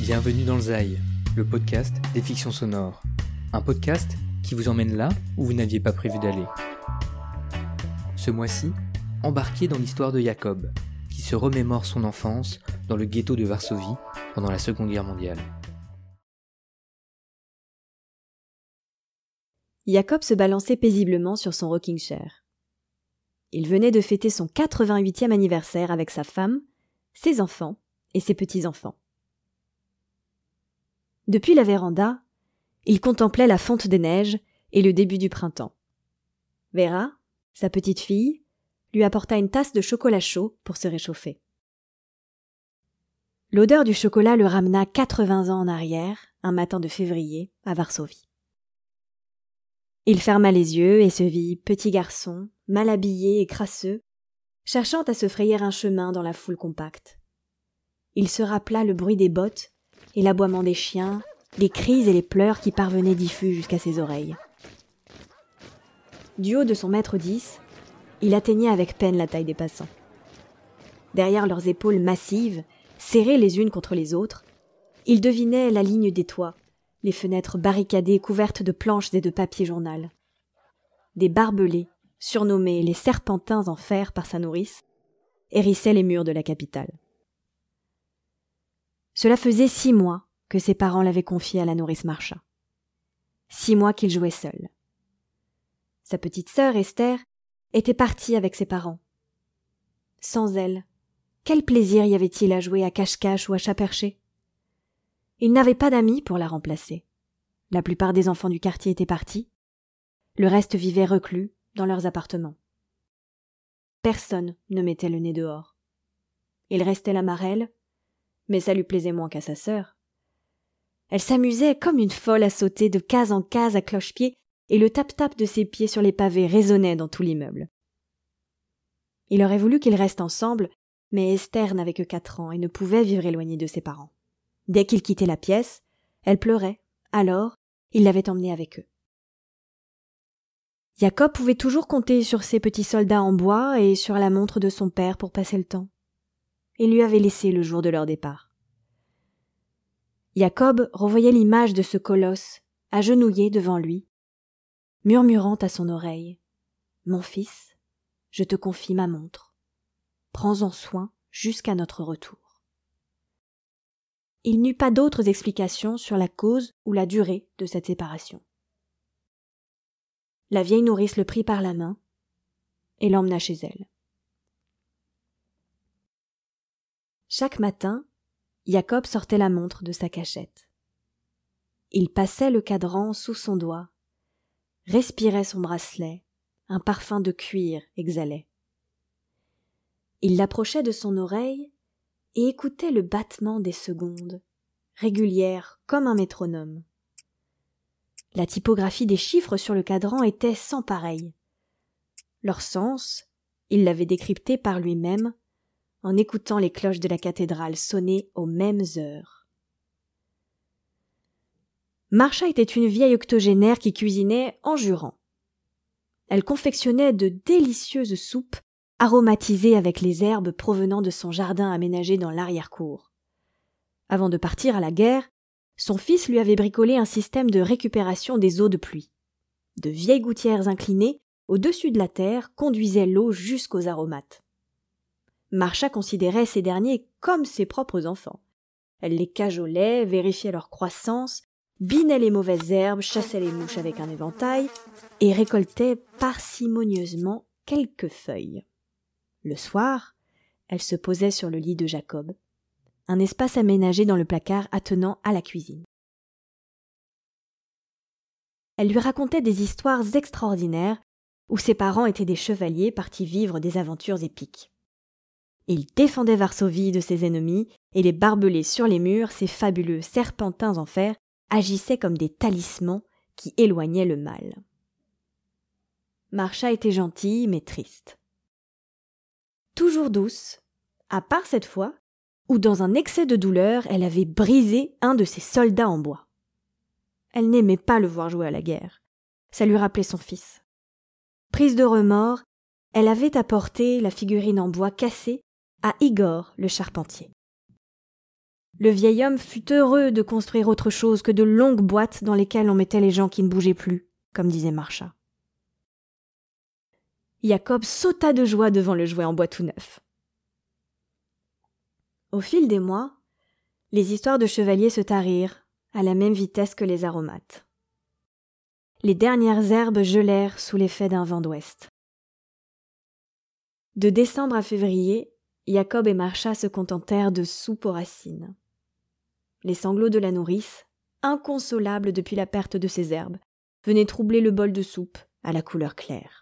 Bienvenue dans le Zaï, le podcast des fictions sonores. Un podcast qui vous emmène là où vous n'aviez pas prévu d'aller. Ce mois-ci, embarquez dans l'histoire de Jacob, qui se remémore son enfance dans le ghetto de Varsovie pendant la Seconde Guerre mondiale. Jacob se balançait paisiblement sur son rocking chair. Il venait de fêter son 88e anniversaire avec sa femme, ses enfants et ses petits-enfants. Depuis la véranda, il contemplait la fonte des neiges et le début du printemps. Vera, sa petite fille, lui apporta une tasse de chocolat chaud pour se réchauffer. L'odeur du chocolat le ramena 80 ans en arrière, un matin de février, à Varsovie. Il ferma les yeux et se vit petit garçon, mal habillé et crasseux, cherchant à se frayer un chemin dans la foule compacte. Il se rappela le bruit des bottes et l'aboiement des chiens, les cris et les pleurs qui parvenaient diffus jusqu'à ses oreilles. Du haut de son mètre 10, il atteignait avec peine la taille des passants. Derrière leurs épaules massives, serrées les unes contre les autres, il devinait la ligne des toits, les fenêtres barricadées couvertes de planches et de papier journal. Des barbelés, surnommés les serpentins en fer par sa nourrice, hérissaient les murs de la capitale. Cela faisait 6 mois que ses parents l'avaient confié à la nourrice Marcha. 6 mois qu'il jouait seul. Sa petite sœur, Esther, était partie avec ses parents. Sans elle, quel plaisir y avait-il à jouer à cache-cache ou à chat perché ? Il n'avait pas d'amis pour la remplacer. La plupart des enfants du quartier étaient partis. Le reste vivait reclus dans leurs appartements. Personne ne mettait le nez dehors. Il restait la marelle, mais ça lui plaisait moins qu'à sa sœur. Elle s'amusait comme une folle à sauter de case en case à cloche-pied et le tap-tap de ses pieds sur les pavés résonnait dans tout l'immeuble. Il aurait voulu qu'ils restent ensemble, mais Esther n'avait que 4 ans et ne pouvait vivre éloignée de ses parents. Dès qu'il quittait la pièce, elle pleurait, alors il l'avait emmenée avec eux. Jacob pouvait toujours compter sur ses petits soldats en bois et sur la montre de son père pour passer le temps. Il lui avait laissé le jour de leur départ. Jacob revoyait l'image de ce colosse, agenouillé devant lui, murmurant à son oreille « Mon fils, je te confie ma montre. Prends-en soin jusqu'à notre retour. » Il n'eut pas d'autres explications sur la cause ou la durée de cette séparation. La vieille nourrice le prit par la main et l'emmena chez elle. Chaque matin, Jacob sortait la montre de sa cachette. Il passait le cadran sous son doigt, respirait son bracelet, un parfum de cuir exhalait. Il l'approchait de son oreille et écoutait le battement des secondes, régulières comme un métronome. La typographie des chiffres sur le cadran était sans pareil. Leur sens, il l'avait décrypté par lui-même en écoutant les cloches de la cathédrale sonner aux mêmes heures. Marcha était une vieille octogénaire qui cuisinait en jurant. Elle confectionnait de délicieuses soupes aromatisées avec les herbes provenant de son jardin aménagé dans l'arrière-cour. Avant de partir à la guerre, son fils lui avait bricolé un système de récupération des eaux de pluie. De vieilles gouttières inclinées au-dessus de la terre conduisaient l'eau jusqu'aux aromates. Marcha considérait ces derniers comme ses propres enfants. Elle les cajolait, vérifiait leur croissance, binait les mauvaises herbes, chassait les mouches avec un éventail et récoltait parcimonieusement quelques feuilles. Le soir, elle se posait sur le lit de Jacob, un espace aménagé dans le placard attenant à la cuisine. Elle lui racontait des histoires extraordinaires où ses parents étaient des chevaliers partis vivre des aventures épiques. Il défendait Varsovie de ses ennemis et les barbelés sur les murs, ces fabuleux serpentins en fer, agissaient comme des talismans qui éloignaient le mal. Marcha était gentille mais triste. Toujours douce, à part cette fois, où dans un excès de douleur, elle avait brisé un de ses soldats en bois. Elle n'aimait pas le voir jouer à la guerre. Ça lui rappelait son fils. Prise de remords, elle avait apporté la figurine en bois cassée à Igor, le charpentier. Le vieil homme fut heureux de construire autre chose que de longues boîtes dans lesquelles on mettait les gens qui ne bougeaient plus, comme disait Marcha. Jacob sauta de joie devant le jouet en bois tout neuf. Au fil des mois, les histoires de chevaliers se tarirent, à la même vitesse que les aromates. Les dernières herbes gelèrent sous l'effet d'un vent d'ouest. De décembre à février, Jacob et Marcha se contentèrent de soupe aux racines. Les sanglots de la nourrice, inconsolables depuis la perte de ses herbes, venaient troubler le bol de soupe à la couleur claire.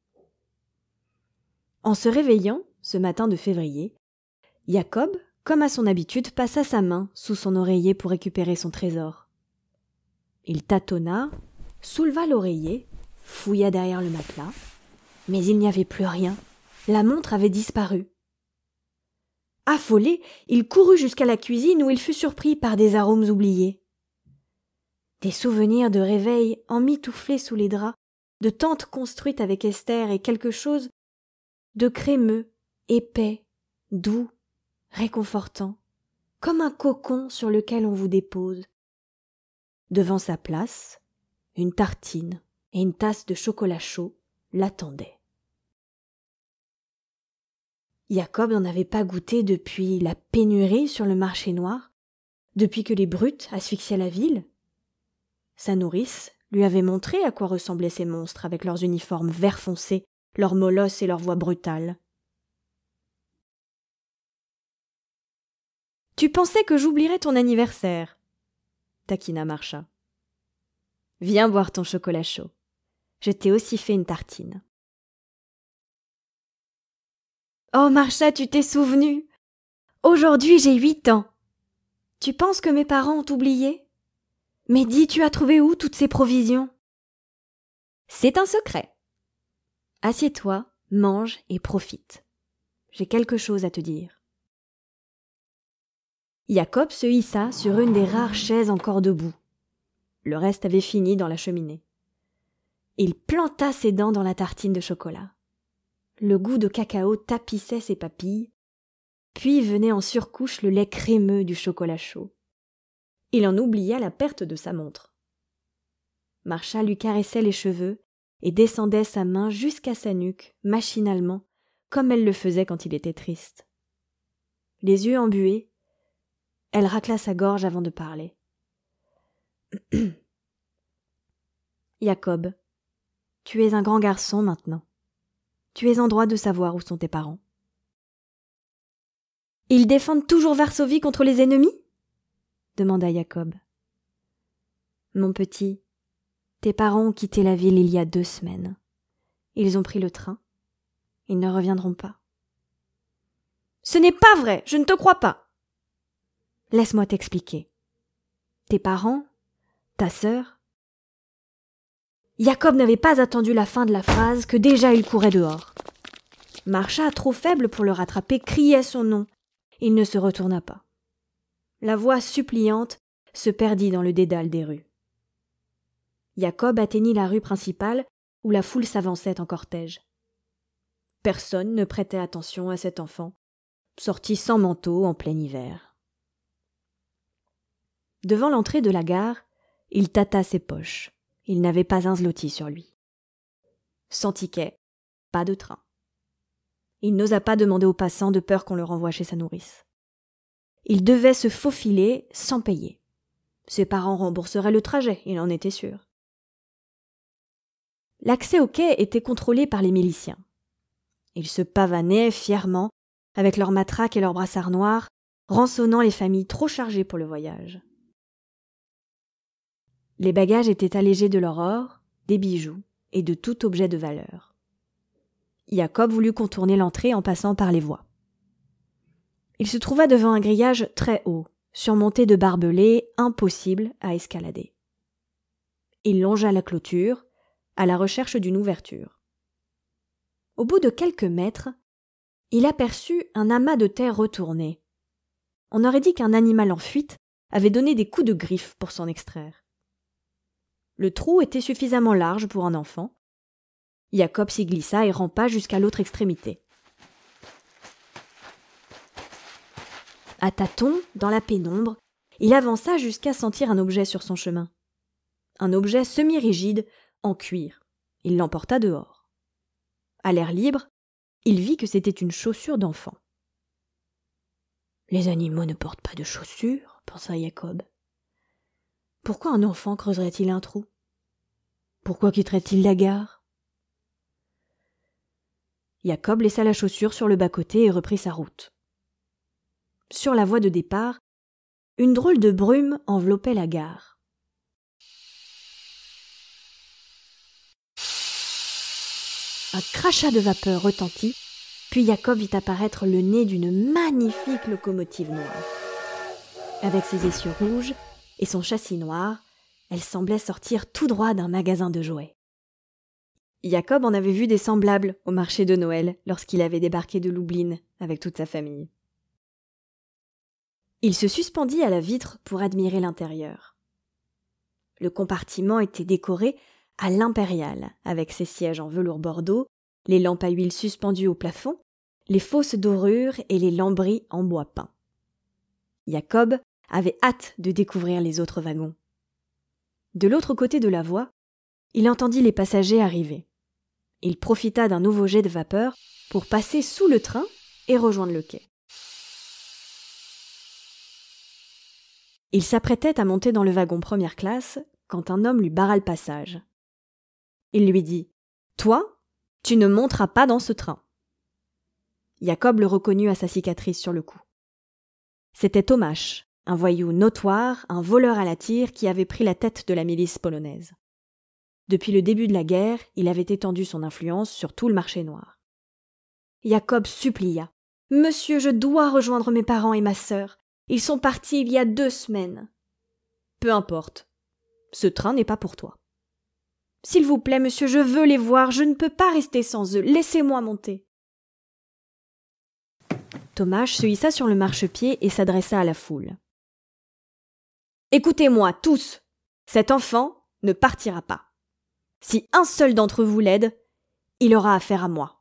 En se réveillant, ce matin de février, Jacob, comme à son habitude, passa sa main sous son oreiller pour récupérer son trésor. Il tâtonna, souleva l'oreiller, fouilla derrière le matelas, mais il n'y avait plus rien. La montre avait disparu. Affolé, il courut jusqu'à la cuisine où il fut surpris par des arômes oubliés. Des souvenirs de réveil emmitouflés sous les draps, de tentes construites avec Esther et quelque chose de crémeux, épais, doux, réconfortant, comme un cocon sur lequel on vous dépose. Devant sa place, une tartine et une tasse de chocolat chaud l'attendaient. Jacob n'en avait pas goûté depuis la pénurie sur le marché noir, depuis que les brutes asphyxiaient la ville. Sa nourrice lui avait montré à quoi ressemblaient ces monstres avec leurs uniformes vert foncé, leurs molosses et leurs voix brutales. « Tu pensais que j'oublierais ton anniversaire ?» taquina Marcha. « Viens boire ton chocolat chaud. Je t'ai aussi fait une tartine. » « Oh, Marcha, tu t'es souvenue. Aujourd'hui, j'ai 8 ans. Tu penses que mes parents ont oublié? Mais dis, tu as trouvé où toutes ces provisions? » « C'est un secret. Assieds-toi, mange et profite. J'ai quelque chose à te dire. » Jacob se hissa sur une des rares chaises encore debout. Le reste avait fini dans la cheminée. Il planta ses dents dans la tartine de chocolat. Le goût de cacao tapissait ses papilles, puis venait en surcouche le lait crémeux du chocolat chaud. Il en oublia la perte de sa montre. Marcha lui caressait les cheveux et descendait sa main jusqu'à sa nuque, machinalement, comme elle le faisait quand il était triste. Les yeux embués, elle racla sa gorge avant de parler. « Jacob, tu es un grand garçon maintenant. Tu es en droit de savoir où sont tes parents. »« Ils défendent toujours Varsovie contre les ennemis ?» demanda Jacob. « Mon petit, tes parents ont quitté la ville il y a 2 semaines. Ils ont pris le train. Ils ne reviendront pas. »« Ce n'est pas vrai, je ne te crois pas. » »« Laisse-moi t'expliquer. Tes parents, ta sœur... » Jacob n'avait pas attendu la fin de la phrase que déjà il courait dehors. Marcha, trop faible pour le rattraper, criait son nom. Il ne se retourna pas. La voix suppliante se perdit dans le dédale des rues. Jacob atteignit la rue principale où la foule s'avançait en cortège. Personne ne prêtait attention à cet enfant, sorti sans manteau en plein hiver. Devant l'entrée de la gare, il tâta ses poches. Il n'avait pas un zloty sur lui. Sans ticket, pas de train. Il n'osa pas demander aux passants de peur qu'on le renvoie chez sa nourrice. Il devait se faufiler sans payer. Ses parents rembourseraient le trajet, il en était sûr. L'accès au quai était contrôlé par les miliciens. Ils se pavanaient fièrement avec leurs matraques et leurs brassards noirs, rançonnant les familles trop chargées pour le voyage. Les bagages étaient allégés de leur or, des bijoux et de tout objet de valeur. Jacob voulut contourner l'entrée en passant par les voies. Il se trouva devant un grillage très haut, surmonté de barbelés impossibles à escalader. Il longea la clôture, à la recherche d'une ouverture. Au bout de quelques mètres, il aperçut un amas de terre retourné. On aurait dit qu'un animal en fuite avait donné des coups de griffe pour s'en extraire. Le trou était suffisamment large pour un enfant. Jacob s'y glissa et rampa jusqu'à l'autre extrémité. À tâtons, dans la pénombre, il avança jusqu'à sentir un objet sur son chemin. Un objet semi-rigide, en cuir. Il l'emporta dehors. À l'air libre, il vit que c'était une chaussure d'enfant. « Les animaux ne portent pas de chaussures, » pensa Jacob. « Pourquoi un enfant creuserait-il un trou ? Pourquoi quitterait-il la gare ?» Jacob laissa la chaussure sur le bas-côté et reprit sa route. Sur la voie de départ, une drôle de brume enveloppait la gare. Un crachat de vapeur retentit, puis Jacob vit apparaître le nez d'une magnifique locomotive noire. Avec ses essieux rouges et son châssis noir, elle semblait sortir tout droit d'un magasin de jouets. Jacob en avait vu des semblables au marché de Noël lorsqu'il avait débarqué de Lublin avec toute sa famille. Il se suspendit à la vitre pour admirer l'intérieur. Le compartiment était décoré à l'impériale, avec ses sièges en velours bordeaux, les lampes à huile suspendues au plafond, les fausses dorures et les lambris en bois peint. Jacob avait hâte de découvrir les autres wagons. De l'autre côté de la voie, il entendit les passagers arriver. Il profita d'un nouveau jet de vapeur pour passer sous le train et rejoindre le quai. Il s'apprêtait à monter dans le wagon première classe quand un homme lui barra le passage. Il lui dit « Toi, tu ne monteras pas dans ce train. » Jacob le reconnut à sa cicatrice sur le cou. C'était Tomasz, un voyou notoire, un voleur à la tire qui avait pris la tête de la milice polonaise. Depuis le début de la guerre, il avait étendu son influence sur tout le marché noir. Jacob supplia « Monsieur, je dois rejoindre mes parents et ma sœur. Ils sont partis il y a 2 semaines. » « Peu importe. Ce train n'est pas pour toi. »« S'il vous plaît, monsieur, je veux les voir. Je ne peux pas rester sans eux. Laissez-moi monter. » Tomasz se hissa sur le marchepied et s'adressa à la foule. « Écoutez-moi, tous. Cet enfant ne partira pas. Si un seul d'entre vous l'aide, il aura affaire à moi. »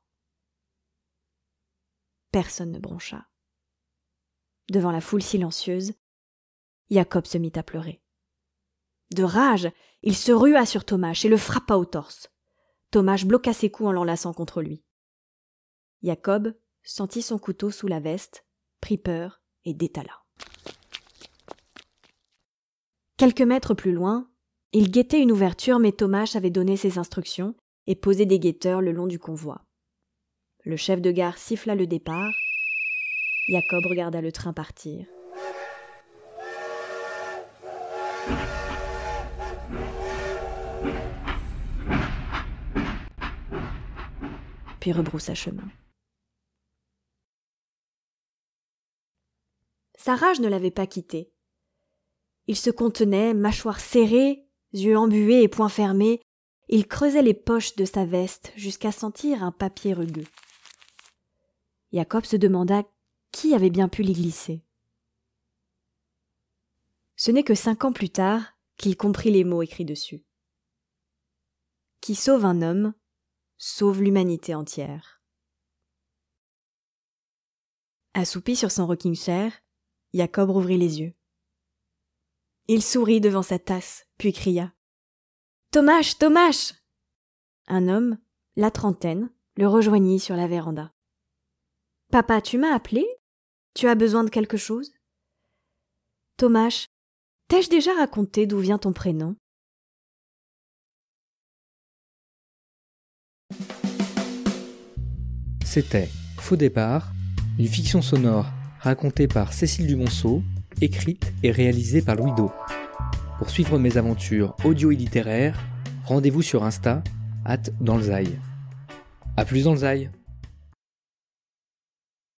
Personne ne broncha. Devant la foule silencieuse, Jacob se mit à pleurer. De rage, il se rua sur Tomasz et le frappa au torse. Tomasz bloqua ses coups en l'enlaçant contre lui. Jacob sentit son couteau sous la veste, prit peur et détala. Quelques mètres plus loin, il guettait une ouverture, mais Tomasz avait donné ses instructions et posé des guetteurs le long du convoi. Le chef de gare siffla le départ. Jacob regarda le train partir. Puis rebroussa chemin. Sa rage ne l'avait pas quitté. Il se contenait, mâchoire serrée, yeux embués et poings fermés. Il creusait les poches de sa veste jusqu'à sentir un papier rugueux. Jacob se demanda qui avait bien pu l'y glisser. Ce n'est que 5 ans plus tard qu'il comprit les mots écrits dessus. Qui sauve un homme, sauve l'humanité entière. Assoupi sur son rocking chair, Jacob rouvrit les yeux. Il sourit devant sa tasse, puis cria « Tomasz, Tomasz !» Un homme, la trentaine, le rejoignit sur la véranda. « Papa, tu m'as appelé ? Tu as besoin de quelque chose ? » « Tomasz, t'ai-je déjà raconté d'où vient ton prénom ? » C'était Faux départ, une fiction sonore racontée par Cécile Dumonceau, écrite et réalisée par Louis Do. Pour suivre mes aventures audio et littéraires, rendez-vous sur Insta @danlezaï. À plus dans le zaï.